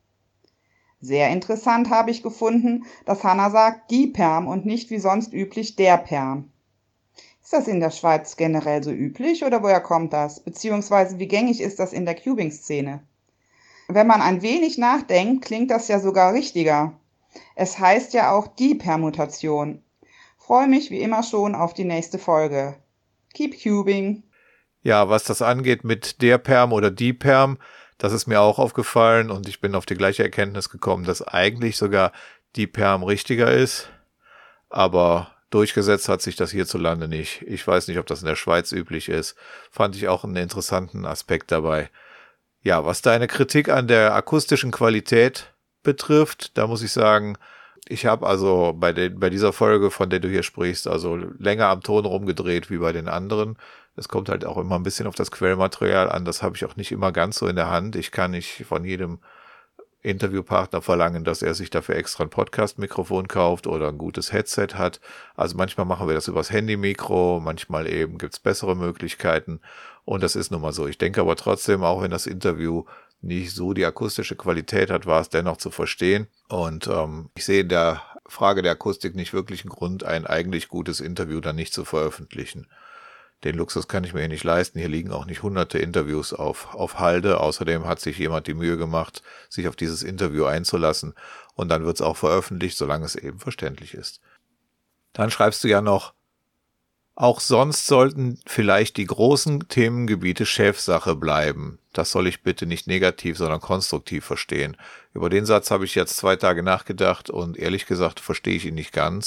Sehr interessant habe ich gefunden, dass Hannah sagt die Perm und nicht wie sonst üblich der Perm. Ist das in der Schweiz generell so üblich oder woher kommt das? Beziehungsweise wie gängig ist das in der Cubing-Szene? Wenn man ein wenig nachdenkt, klingt das ja sogar richtiger. Es heißt ja auch die Permutation. Freue mich wie immer schon auf die nächste Folge. Keep cubing.
Ja, was das angeht mit der Perm oder die Perm, das ist mir auch aufgefallen und ich bin auf die gleiche Erkenntnis gekommen, dass eigentlich sogar die Perm richtiger ist. Aber durchgesetzt hat sich das hierzulande nicht. Ich weiß nicht, ob das in der Schweiz üblich ist. Fand ich auch einen interessanten Aspekt dabei. Ja, was deine Kritik an der akustischen Qualität betrifft, da muss ich sagen, ich habe also bei, den, bei dieser Folge, von der du hier sprichst, also länger am Ton rumgedreht wie bei den anderen. Es kommt halt auch immer ein bisschen auf das Quellmaterial an. Das habe ich auch nicht immer ganz so in der Hand. Ich kann nicht von jedem Interviewpartner verlangen, dass er sich dafür extra ein Podcast-Mikrofon kauft oder ein gutes Headset hat. Also manchmal machen wir das übers Handy-Mikro, manchmal eben gibt's bessere Möglichkeiten und das ist nun mal so. Ich denke aber trotzdem, auch wenn das Interview nicht so die akustische Qualität hat, war es dennoch zu verstehen und ähm, ich sehe in der Frage der Akustik nicht wirklich einen Grund, ein eigentlich gutes Interview dann nicht zu veröffentlichen. Den Luxus kann ich mir hier nicht leisten. Hier liegen auch nicht hunderte Interviews auf, auf Halde. Außerdem hat sich jemand die Mühe gemacht, sich auf dieses Interview einzulassen. Und dann wird es auch veröffentlicht, solange es eben verständlich ist. Dann schreibst du ja noch, auch sonst sollten vielleicht die großen Themengebiete Chefsache bleiben. Das soll ich bitte nicht negativ, sondern konstruktiv verstehen. Über den Satz habe ich jetzt zwei Tage nachgedacht und ehrlich gesagt verstehe ich ihn nicht ganz.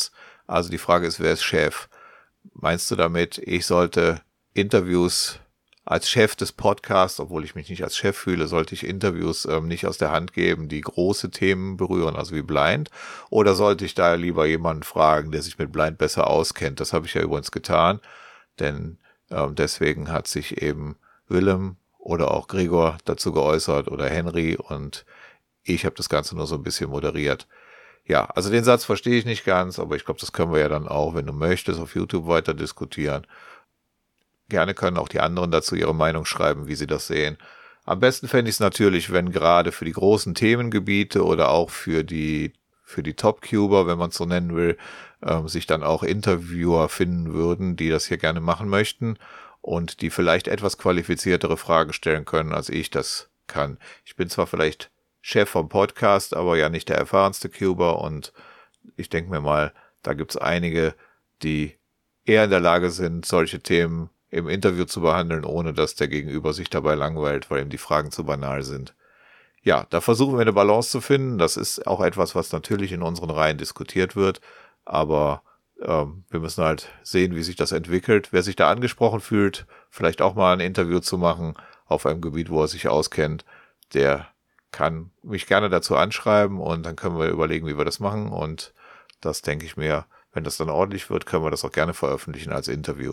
Also die Frage ist, wer ist Chef? Meinst du damit, ich sollte Interviews als Chef des Podcasts, obwohl ich mich nicht als Chef fühle, sollte ich Interviews ähm, nicht aus der Hand geben, die große Themen berühren, also wie Blind? Oder sollte ich da lieber jemanden fragen, der sich mit Blind besser auskennt? Das habe ich ja übrigens getan, denn ähm, deswegen hat sich eben Willem oder auch Gregor dazu geäußert oder Henry und ich habe das Ganze nur so ein bisschen moderiert. Ja, also den Satz verstehe ich nicht ganz, aber ich glaube, das können wir ja dann auch, wenn du möchtest, auf YouTube weiter diskutieren. Gerne können auch die anderen dazu ihre Meinung schreiben, wie sie das sehen. Am besten fände ich es natürlich, wenn gerade für die großen Themengebiete oder auch für die für die Top-Cuber, wenn man es so nennen will, ähm, sich dann auch Interviewer finden würden, die das hier gerne machen möchten und die vielleicht etwas qualifiziertere Fragen stellen können, als ich das kann. Ich bin zwar vielleicht Chef vom Podcast, aber ja nicht der erfahrenste Cuber und ich denke mir mal, da gibt es einige, die eher in der Lage sind, solche Themen im Interview zu behandeln, ohne dass der Gegenüber sich dabei langweilt, weil ihm die Fragen zu banal sind. Ja, da versuchen wir eine Balance zu finden. Das ist auch etwas, was natürlich in unseren Reihen diskutiert wird, aber ähm, wir müssen halt sehen, wie sich das entwickelt. Wer sich da angesprochen fühlt, vielleicht auch mal ein Interview zu machen auf einem Gebiet, wo er sich auskennt, der kann mich gerne dazu anschreiben und dann können wir überlegen, wie wir das machen und das denke ich mir, wenn das dann ordentlich wird, können wir das auch gerne veröffentlichen als Interview.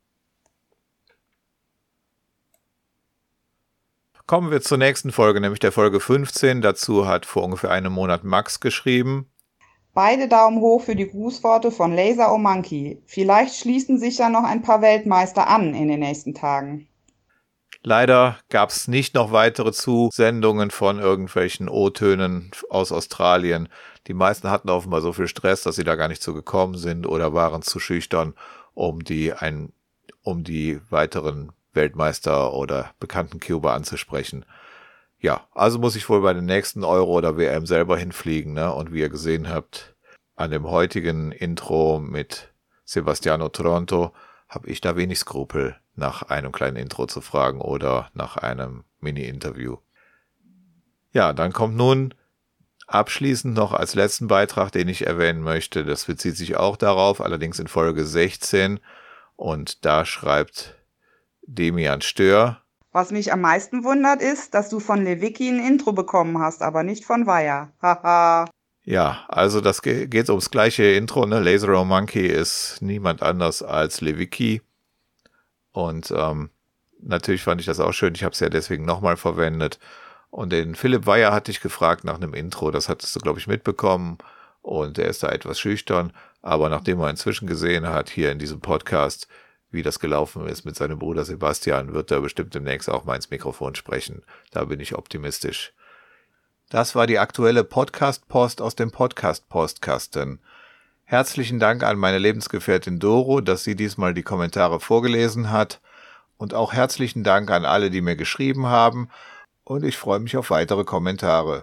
Kommen wir zur nächsten Folge, nämlich der Folge fünfzehn. Dazu hat vor ungefähr einem Monat Max geschrieben.
Beide Daumen hoch für die Grußworte von Laser O Monkey. Vielleicht schließen sich ja noch ein paar Weltmeister an in den nächsten Tagen.
Leider gab es nicht noch weitere Zusendungen von irgendwelchen O-Tönen aus Australien. Die meisten hatten offenbar so viel Stress, dass sie da gar nicht zu gekommen sind oder waren zu schüchtern, um die, ein, um die weiteren Weltmeister oder bekannten Cuber anzusprechen. Ja, also muss ich wohl bei den nächsten Euro oder W M selber hinfliegen, ne? Und wie ihr gesehen habt, an dem heutigen Intro mit Sebastiano Toronto habe ich da wenig Skrupel, nach einem kleinen Intro zu fragen oder nach einem Mini-Interview. Ja, dann kommt nun abschließend noch als letzten Beitrag, den ich erwähnen möchte. Das bezieht sich auch darauf, allerdings in Folge sechzehn. Und da schreibt Demian Stör.
Was mich am meisten wundert ist, dass du von Lewicki ein Intro bekommen hast, aber nicht von Wire. Haha.
Ja, also das ge- geht ums gleiche Intro, ne? Laser O Monkey ist niemand anders als Lewicki. Und ähm, natürlich fand ich das auch schön. Ich habe es ja deswegen nochmal verwendet. Und den Philipp Weyer hatte ich gefragt nach einem Intro. Das hattest du, glaube ich, mitbekommen. Und er ist da etwas schüchtern. Aber nachdem er inzwischen gesehen hat, hier in diesem Podcast, wie das gelaufen ist mit seinem Bruder Sebastian, wird er bestimmt demnächst auch mal ins Mikrofon sprechen. Da bin ich optimistisch. Das war die aktuelle Podcast-Post aus dem Podcast-Postkasten. Herzlichen Dank an meine Lebensgefährtin Doro, dass sie diesmal die Kommentare vorgelesen hat. Und auch herzlichen Dank an alle, die mir geschrieben haben. Und ich freue mich auf weitere Kommentare.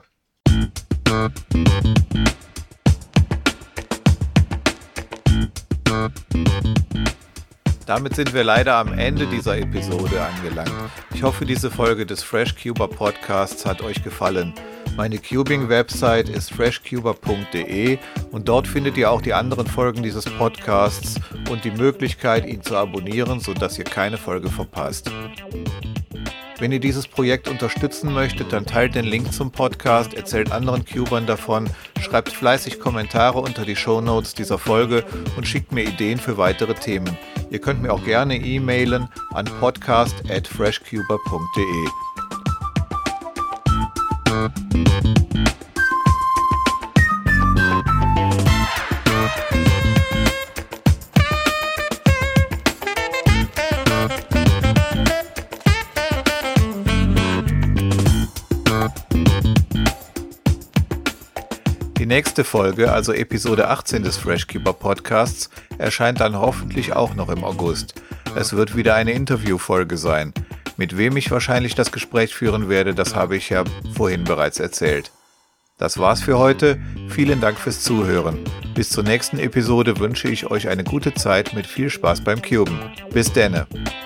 Damit sind wir leider am Ende dieser Episode angelangt. Ich hoffe, diese Folge des Fresh Cuber Podcasts hat euch gefallen. Meine Cubing-Website ist fresh cuber punkt de und dort findet ihr auch die anderen Folgen dieses Podcasts und die Möglichkeit, ihn zu abonnieren, sodass ihr keine Folge verpasst. Wenn ihr dieses Projekt unterstützen möchtet, dann teilt den Link zum Podcast, erzählt anderen Cubern davon, schreibt fleißig Kommentare unter die Shownotes dieser Folge und schickt mir Ideen für weitere Themen. Ihr könnt mir auch gerne e-mailen an podcast at fresh cuber punkt de. Die nächste Folge, also Episode achtzehn des Fresh Cuber Podcasts, erscheint dann hoffentlich auch noch im August. Es wird wieder eine Interviewfolge sein. Mit wem ich wahrscheinlich das Gespräch führen werde, das habe ich ja vorhin bereits erzählt. Das war's für heute. Vielen Dank fürs Zuhören. Bis zur nächsten Episode wünsche ich euch eine gute Zeit mit viel Spaß beim Cuben. Bis denne.